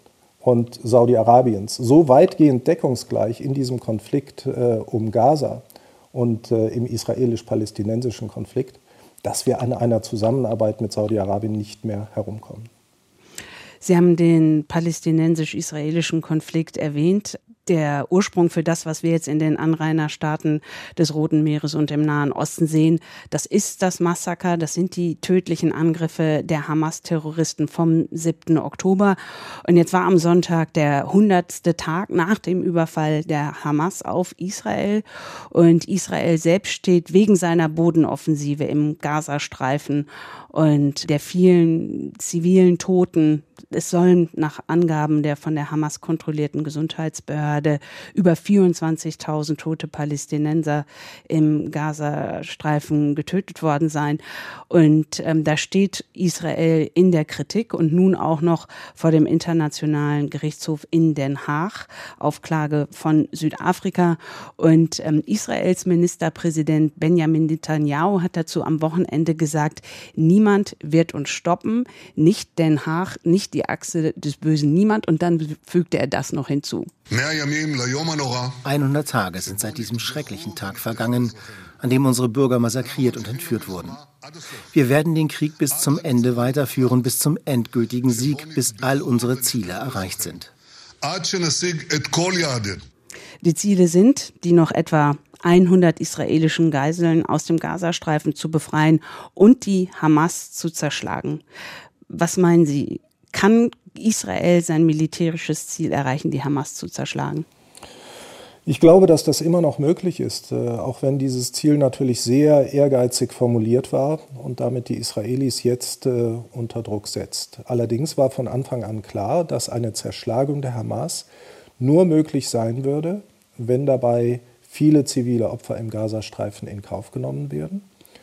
und Saudi-Arabiens so weitgehend deckungsgleich in diesem Konflikt um Gaza und im israelisch-palästinensischen Konflikt, dass wir an einer Zusammenarbeit mit Saudi-Arabien nicht mehr herumkommen. Sie haben den palästinensisch-israelischen Konflikt erwähnt. Der Ursprung für das, was wir jetzt in den Anrainerstaaten des Roten Meeres und im Nahen Osten sehen, das ist das Massaker, das sind die tödlichen Angriffe der Hamas-Terroristen vom 7. Oktober. Und jetzt war am Sonntag der 100. Tag nach dem Überfall der Hamas auf Israel. Und Israel selbst steht wegen seiner Bodenoffensive im Gazastreifen und der vielen zivilen Toten. Es sollen nach Angaben der von der Hamas kontrollierten Gesundheitsbehörde über 24.000 tote Palästinenser im Gazastreifen getötet worden sein. Und da steht Israel in der Kritik und nun auch noch vor dem Internationalen Gerichtshof in Den Haag auf Klage von Südafrika. Und Israels Ministerpräsident Benjamin Netanyahu hat dazu am Wochenende gesagt, niemand wird uns stoppen, nicht Den Haag, nicht die Achse des bösen Niemand. Und dann fügte er das noch hinzu. 100 Tage sind seit diesem schrecklichen Tag vergangen, an dem unsere Bürger massakriert und entführt wurden. Wir werden den Krieg bis zum Ende weiterführen, bis zum endgültigen Sieg, bis all unsere Ziele erreicht sind. Die Ziele sind, die noch etwa 100 israelischen Geiseln aus dem Gazastreifen zu befreien und die Hamas zu zerschlagen. Was meinen Sie? Kann Israel sein militärisches Ziel erreichen, die Hamas zu zerschlagen? Ich glaube, dass das immer noch möglich ist, auch wenn dieses Ziel natürlich sehr ehrgeizig formuliert war und damit die Israelis jetzt unter Druck setzt. Allerdings war von Anfang an klar, dass eine Zerschlagung der Hamas nur möglich sein würde, wenn dabei viele zivile Opfer im Gazastreifen in Kauf genommen werden.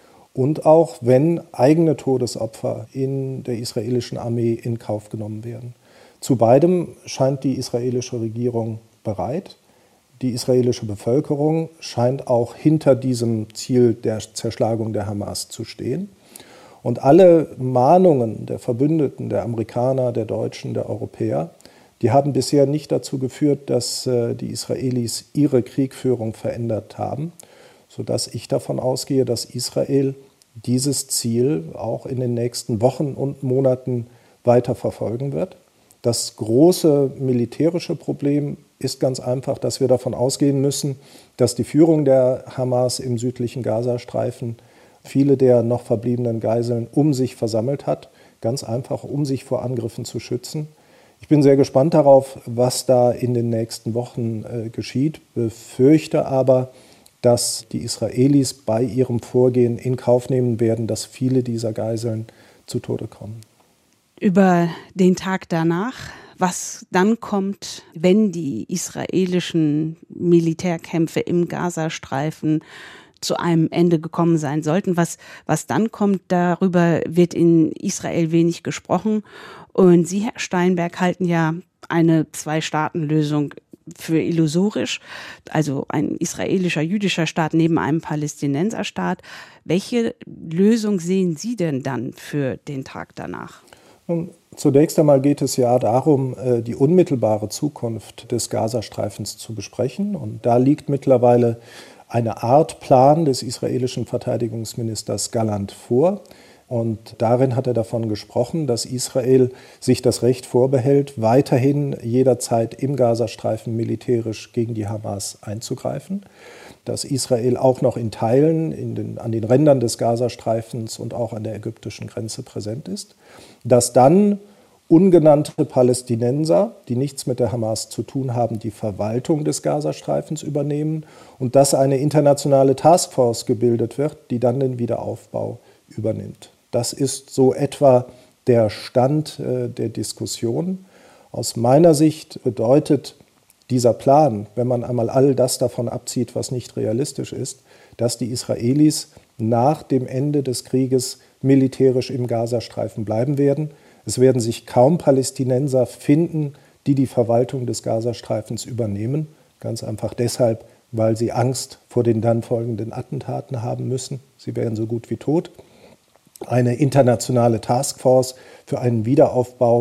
Und auch wenn eigene Todesopfer in der israelischen Armee in Kauf genommen werden. Zu beidem scheint die israelische Regierung bereit. Die israelische Bevölkerung scheint auch hinter diesem Ziel der Zerschlagung der Hamas zu stehen. Und alle Mahnungen der Verbündeten, der Amerikaner, der Deutschen, der Europäer, die haben bisher nicht dazu geführt, dass die Israelis ihre Kriegführung verändert haben, sodass ich davon ausgehe, dass Israel dieses Ziel auch in den nächsten Wochen und Monaten weiter verfolgen wird. Das große militärische Problem ist ganz einfach, dass wir davon ausgehen müssen, dass die Führung der Hamas im südlichen Gazastreifen viele der noch verbliebenen Geiseln um sich versammelt hat, ganz einfach, um sich vor Angriffen zu schützen. Ich bin sehr gespannt darauf, was da in den nächsten Wochen geschieht, befürchte aber, dass die Israelis bei ihrem Vorgehen in Kauf nehmen werden, dass viele dieser Geiseln zu Tode kommen. Über den Tag danach, was dann kommt, wenn die israelischen Militärkämpfe im Gazastreifen zu einem Ende gekommen sein sollten. Was dann kommt, darüber wird in Israel wenig gesprochen. Und Sie, Herr Steinberg, halten ja eine Zwei-Staaten-Lösung für illusorisch, also ein israelischer, jüdischer Staat neben einem Palästinenserstaat. Welche Lösung sehen Sie denn dann für den Tag danach? Nun, zunächst einmal geht es ja darum, die unmittelbare Zukunft des Gazastreifens zu besprechen. Und da liegt mittlerweile eine Art Plan des israelischen Verteidigungsministers Gallant vor. Und darin hat er davon gesprochen, dass Israel sich das Recht vorbehält, weiterhin jederzeit im Gazastreifen militärisch gegen die Hamas einzugreifen. Dass Israel auch noch in Teilen an den Rändern des Gazastreifens und auch an der ägyptischen Grenze präsent ist. Dass dann ungenannte Palästinenser, die nichts mit der Hamas zu tun haben, die Verwaltung des Gazastreifens übernehmen und dass eine internationale Taskforce gebildet wird, die dann den Wiederaufbau übernimmt. Das ist so etwa der Stand der Diskussion. Aus meiner Sicht bedeutet dieser Plan, wenn man einmal all das davon abzieht, was nicht realistisch ist, dass die Israelis nach dem Ende des Krieges militärisch im Gazastreifen bleiben werden. Es werden sich kaum Palästinenser finden, die die Verwaltung des Gazastreifens übernehmen. Ganz einfach deshalb, weil sie Angst vor den dann folgenden Attentaten haben müssen. Sie wären so gut wie tot. Eine internationale Taskforce für einen Wiederaufbau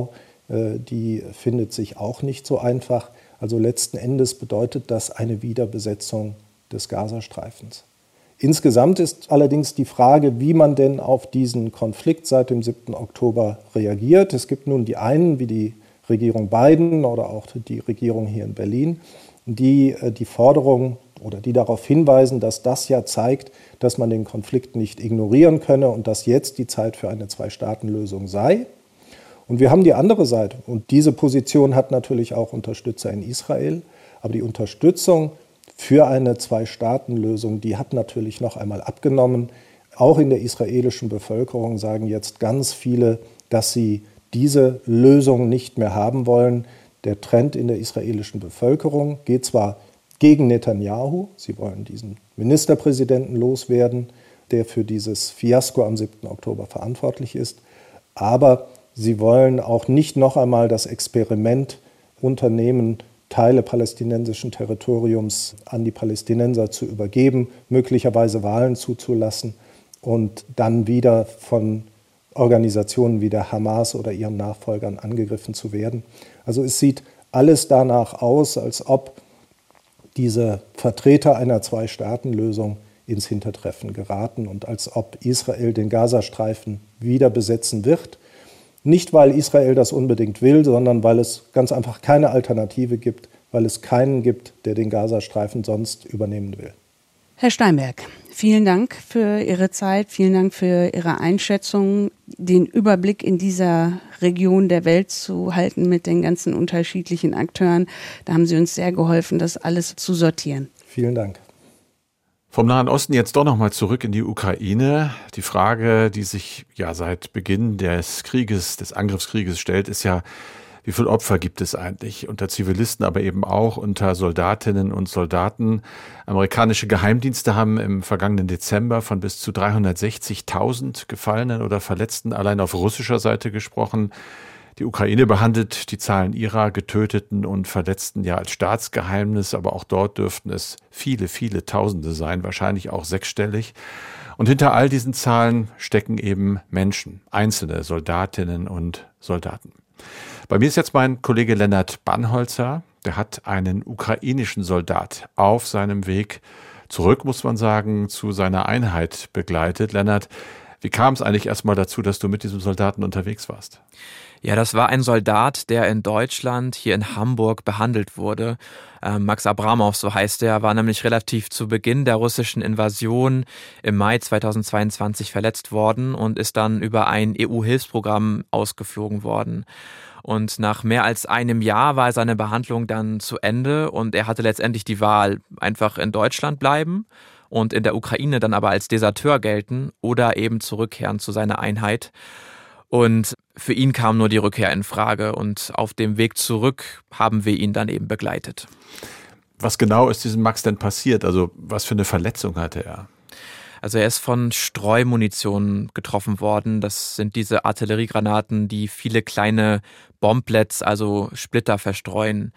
die findet sich auch nicht so einfach. Also letzten Endes bedeutet das eine Wiederbesetzung des Gazastreifens. Insgesamt ist allerdings die Frage, wie man denn auf diesen Konflikt seit dem 7. Oktober reagiert. Es gibt nun die einen, wie die Regierung Biden oder auch die Regierung hier in Berlin, die die Forderung oder die darauf hinweisen, dass das ja zeigt, dass man den Konflikt nicht ignorieren könne und dass jetzt die Zeit für eine Zwei-Staaten-Lösung sei. Und wir haben die andere Seite. Und diese Position hat natürlich auch Unterstützer in Israel. Aber die Unterstützung für eine Zwei-Staaten-Lösung, die hat natürlich noch einmal abgenommen. Auch in der israelischen Bevölkerung sagen jetzt ganz viele, dass sie diese Lösung nicht mehr haben wollen. Der Trend in der israelischen Bevölkerung geht zwar gegen Netanyahu, sie wollen diesen Ministerpräsidenten loswerden, der für dieses Fiasko am 7. Oktober verantwortlich ist, aber sie wollen auch nicht noch einmal das Experiment unternehmen, Teile palästinensischen Territoriums an die Palästinenser zu übergeben, möglicherweise Wahlen zuzulassen und dann wieder von Organisationen wie der Hamas oder ihren Nachfolgern angegriffen zu werden. Also es sieht alles danach aus, als ob diese Vertreter einer Zwei-Staaten-Lösung ins Hintertreffen geraten und als ob Israel den Gazastreifen wieder besetzen wird. Nicht, weil Israel das unbedingt will, sondern weil es ganz einfach keine Alternative gibt, weil es keinen gibt, der den Gazastreifen sonst übernehmen will. Herr Steinberg, vielen Dank für Ihre Zeit, vielen Dank für Ihre Einschätzung, den Überblick in dieser Region der Welt zu halten mit den ganzen unterschiedlichen Akteuren. Da haben Sie uns sehr geholfen, das alles zu sortieren. Vielen Dank. Vom Nahen Osten jetzt doch nochmal zurück in die Ukraine. Die Frage, die sich ja seit Beginn des Krieges, des Angriffskrieges stellt, ist ja, wie viele Opfer gibt es eigentlich unter Zivilisten, aber eben auch unter Soldatinnen und Soldaten? Amerikanische Geheimdienste haben im vergangenen Dezember von bis zu 360.000 Gefallenen oder Verletzten allein auf russischer Seite gesprochen. Die Ukraine behandelt die Zahlen ihrer Getöteten und Verletzten ja als Staatsgeheimnis, aber auch dort dürften es viele, viele Tausende sein, wahrscheinlich auch sechsstellig. Und hinter all diesen Zahlen stecken eben Menschen, einzelne Soldatinnen und Soldaten. Bei mir ist jetzt mein Kollege Lennart Bannholzer, der hat einen ukrainischen Soldat auf seinem Weg zurück, muss man sagen, zu seiner Einheit begleitet. Lennart, wie kam es eigentlich erstmal dazu, dass du mit diesem Soldaten unterwegs warst? Ja, das war ein Soldat, der in Deutschland, hier in Hamburg, behandelt wurde. Max Abramow, so heißt er, war nämlich relativ zu Beginn der russischen Invasion im Mai 2022 verletzt worden und ist dann über ein EU-Hilfsprogramm ausgeflogen worden. Und nach mehr als einem Jahr war seine Behandlung dann zu Ende und er hatte letztendlich die Wahl, einfach in Deutschland bleiben und in der Ukraine dann aber als Deserteur gelten oder eben zurückkehren zu seiner Einheit. Und für ihn kam nur die Rückkehr in Frage und auf dem Weg zurück haben wir ihn dann eben begleitet. Was genau ist diesem Max denn passiert? Also was für eine Verletzung hatte er? Also er ist von Streumunition getroffen worden. Das sind diese Artilleriegranaten, die viele kleine Bomblets, also Splitter verstreuen.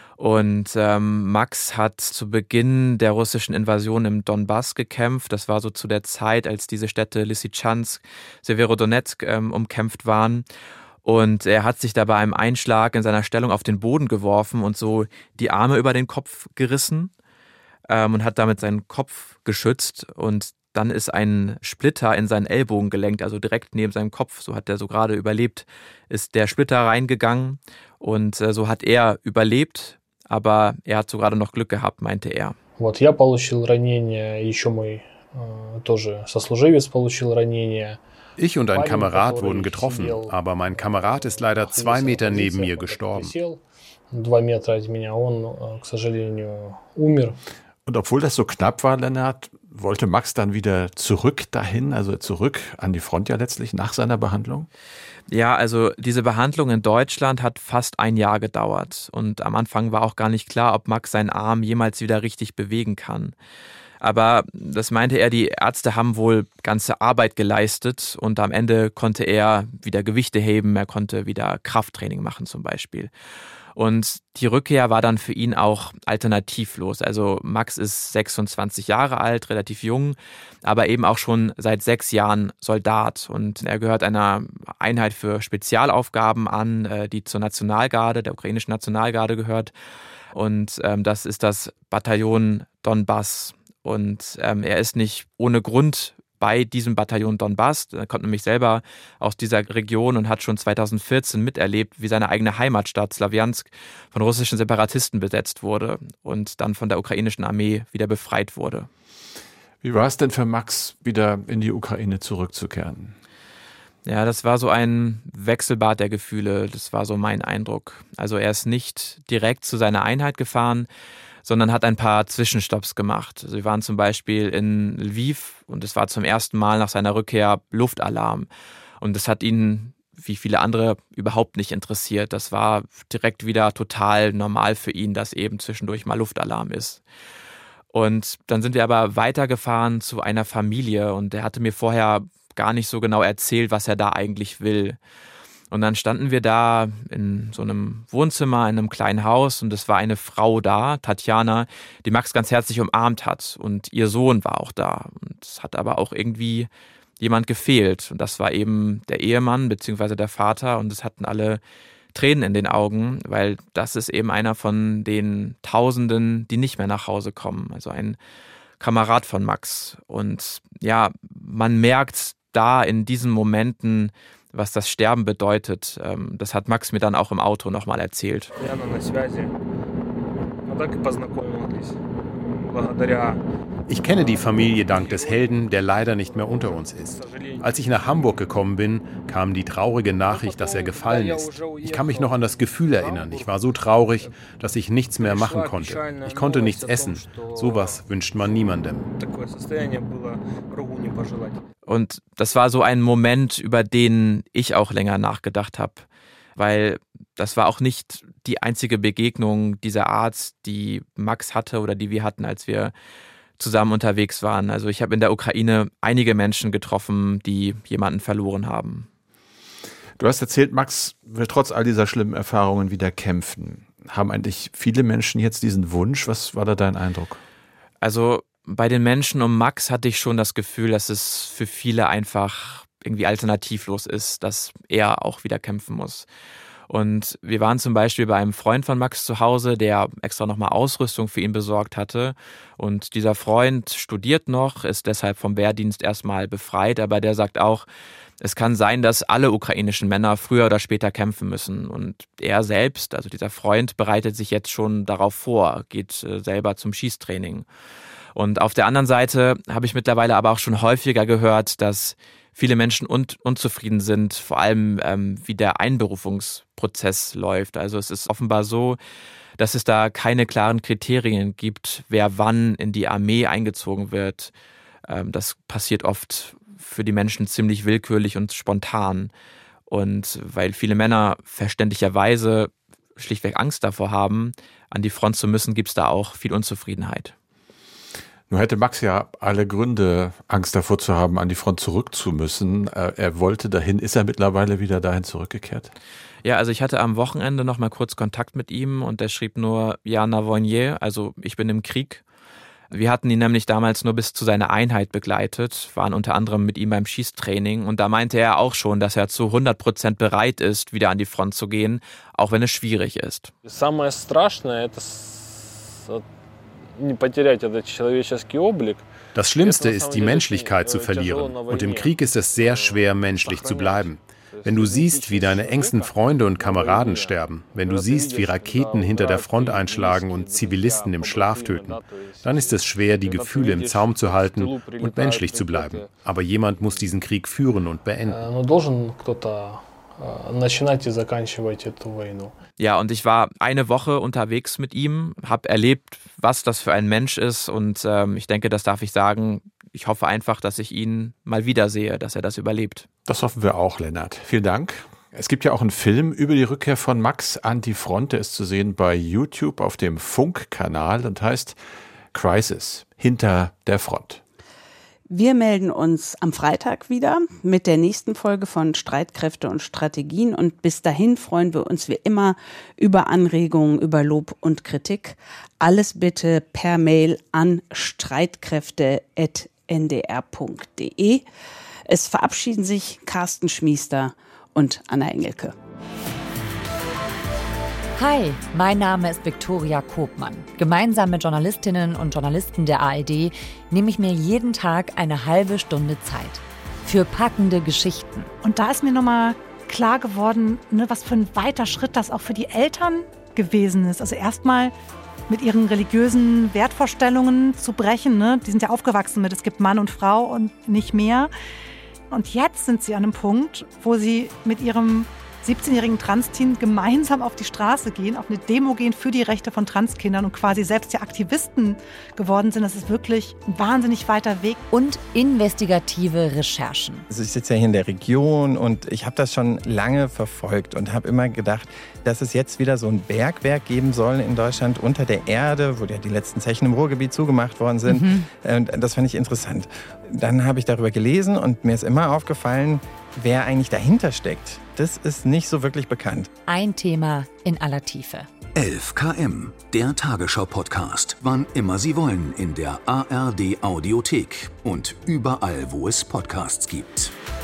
Und Max hat zu Beginn der russischen Invasion im Donbass gekämpft. Das war so zu der Zeit, als diese Städte Lysychansk, Severodonetsk umkämpft waren. Und er hat sich dabei im Einschlag in seiner Stellung auf den Boden geworfen und so die Arme über den Kopf gerissen und hat damit seinen Kopf geschützt. Und dann ist ein Splitter in sein Ellbogengelenk, also direkt neben seinem Kopf, so hat er so gerade überlebt, ist der Splitter reingegangen. Und so hat er überlebt. Aber er hat so gerade noch Glück gehabt, meinte er. Ich und ein Kamerad wurden getroffen, aber mein Kamerad ist leider 2 Meter neben mir gestorben. Und obwohl das so knapp war, Lennart, wollte Max dann wieder zurück dahin, also zurück an die Front ja letztlich nach seiner Behandlung? Ja, also diese Behandlung in Deutschland hat fast ein Jahr gedauert und am Anfang war auch gar nicht klar, ob Max seinen Arm jemals wieder richtig bewegen kann. Aber das meinte er, die Ärzte haben wohl ganze Arbeit geleistet und am Ende konnte er wieder Gewichte heben, er konnte wieder Krafttraining machen zum Beispiel. Und die Rückkehr war dann für ihn auch alternativlos. Also Max ist 26 Jahre alt, relativ jung, aber eben auch schon seit 6 Jahren Soldat. Und er gehört einer Einheit für Spezialaufgaben an, die zur Nationalgarde, der ukrainischen Nationalgarde gehört. Und das ist das Bataillon Donbass. Und er ist nicht ohne Grund bei diesem Bataillon Donbass. Er kommt nämlich selber aus dieser Region und hat schon 2014 miterlebt, wie seine eigene Heimatstadt Slawjansk von russischen Separatisten besetzt wurde und dann von der ukrainischen Armee wieder befreit wurde. Wie war es denn für Max, wieder in die Ukraine zurückzukehren? Ja, das war so ein Wechselbad der Gefühle. Das war so mein Eindruck. Also er ist nicht direkt zu seiner Einheit gefahren, sondern hat ein paar Zwischenstopps gemacht. Also wir waren zum Beispiel in Lviv und es war zum ersten Mal nach seiner Rückkehr Luftalarm. Und das hat ihn, wie viele andere, überhaupt nicht interessiert. Das war direkt wieder total normal für ihn, dass eben zwischendurch mal Luftalarm ist. Und dann sind wir aber weitergefahren zu einer Familie und er hatte mir vorher gar nicht so genau erzählt, was er da eigentlich will. Und dann standen wir da in so einem Wohnzimmer, in einem kleinen Haus und es war eine Frau da, Tatjana, die Max ganz herzlich umarmt hat und ihr Sohn war auch da. Und es hat aber auch irgendwie jemand gefehlt und das war eben der Ehemann bzw. der Vater und es hatten alle Tränen in den Augen, weil das ist eben einer von den Tausenden, die nicht mehr nach Hause kommen. Also ein Kamerad von Max. Und ja, man merkt da in diesen Momenten, was das Sterben bedeutet. Das hat Max mir dann auch im Auto nochmal erzählt. Ich kenne die Familie dank des Helden, der leider nicht mehr unter uns ist. Als ich nach Hamburg gekommen bin, kam die traurige Nachricht, dass er gefallen ist. Ich kann mich noch an das Gefühl erinnern. Ich war so traurig, dass ich nichts mehr machen konnte. Ich konnte nichts essen. Sowas wünscht man niemandem. Und das war so ein Moment, über den ich auch länger nachgedacht habe. Weil das war auch nicht die einzige Begegnung dieser Art, die Max hatte oder die wir hatten, als wir zusammen unterwegs waren. Also ich habe in der Ukraine einige Menschen getroffen, die jemanden verloren haben. Du hast erzählt, Max will trotz all dieser schlimmen Erfahrungen wieder kämpfen. Haben eigentlich viele Menschen jetzt diesen Wunsch? Was war da dein Eindruck? Also bei den Menschen um Max hatte ich schon das Gefühl, dass es für viele einfach irgendwie alternativlos ist, dass er auch wieder kämpfen muss. Und wir waren zum Beispiel bei einem Freund von Max zu Hause, der extra nochmal Ausrüstung für ihn besorgt hatte. Und dieser Freund studiert noch, ist deshalb vom Wehrdienst erstmal befreit, aber der sagt auch, es kann sein, dass alle ukrainischen Männer früher oder später kämpfen müssen. Und er selbst, also dieser Freund, bereitet sich jetzt schon darauf vor, geht selber zum Schießtraining. Und auf der anderen Seite habe ich mittlerweile aber auch schon häufiger gehört, dass viele Menschen unzufrieden sind, vor allem wie der Einberufungsprozess läuft. Also es ist offenbar so, dass es da keine klaren Kriterien gibt, wer wann in die Armee eingezogen wird. Das passiert oft für die Menschen ziemlich willkürlich und spontan. Und weil viele Männer verständlicherweise schlichtweg Angst davor haben, an die Front zu müssen, gibt es da auch viel Unzufriedenheit. Nun hätte Max ja alle Gründe, Angst davor zu haben, an die Front zurück zu müssen. Er wollte dahin. Ist er mittlerweile wieder dahin zurückgekehrt? Ja, also ich hatte am Wochenende noch mal kurz Kontakt mit ihm und er schrieb nur, ja, na wojnie, also ich bin im Krieg. Wir hatten ihn nämlich damals nur bis zu seiner Einheit begleitet, waren unter anderem mit ihm beim Schießtraining und da meinte er auch schon, dass er zu 100% bereit ist, wieder an die Front zu gehen, auch wenn es schwierig ist. Das Schlimmste ist, die Menschlichkeit zu verlieren. Und im Krieg ist es sehr schwer, menschlich zu bleiben. Wenn du siehst, wie deine engsten Freunde und Kameraden sterben, wenn du siehst, wie Raketen hinter der Front einschlagen und Zivilisten im Schlaf töten, dann ist es schwer, die Gefühle im Zaum zu halten und menschlich zu bleiben. Aber jemand muss diesen Krieg führen und beenden. Ja, und ich war eine Woche unterwegs mit ihm, habe erlebt, was das für ein Mensch ist und ich denke, das darf ich sagen. Ich hoffe einfach, dass ich ihn mal wiedersehe, dass er das überlebt. Das hoffen wir auch, Lennart. Vielen Dank. Es gibt ja auch einen Film über die Rückkehr von Max an die Front. Der ist zu sehen bei YouTube auf dem Funk-Kanal und heißt Crisis, hinter der Front. Wir melden uns am Freitag wieder mit der nächsten Folge von Streitkräfte und Strategien. Und bis dahin freuen wir uns wie immer über Anregungen, über Lob und Kritik. Alles bitte per Mail an streitkräfte@ndr.de. Es verabschieden sich Carsten Schmiester und Anna Engelke. Hi, mein Name ist Viktoria Koopmann. Gemeinsam mit Journalistinnen und Journalisten der ARD nehme ich mir jeden Tag eine halbe Stunde Zeit für packende Geschichten. Und da ist mir nochmal klar geworden, was für ein weiter Schritt das auch für die Eltern gewesen ist. Also erstmal mit ihren religiösen Wertvorstellungen zu brechen. Die sind ja aufgewachsen mit, es gibt Mann und Frau und nicht mehr. Und jetzt sind sie an einem Punkt, wo sie mit ihrem 17-jährigen Trans-Teen gemeinsam auf die Straße gehen, auf eine Demo gehen für die Rechte von Transkindern und quasi selbst ja Aktivisten geworden sind. Das ist wirklich ein wahnsinnig weiter Weg. Und investigative Recherchen. Also ich sitze ja hier in der Region und ich habe das schon lange verfolgt und habe immer gedacht, dass es jetzt wieder so ein Bergwerk geben soll in Deutschland unter der Erde, wo ja die letzten Zechen im Ruhrgebiet zugemacht worden sind. Und das fand ich interessant. Dann habe ich darüber gelesen und mir ist immer aufgefallen, wer eigentlich dahinter steckt. Das ist nicht so wirklich bekannt. Ein Thema in aller Tiefe. 11 km, der Tagesschau-Podcast. Wann immer Sie wollen in der ARD-Audiothek und überall, wo es Podcasts gibt.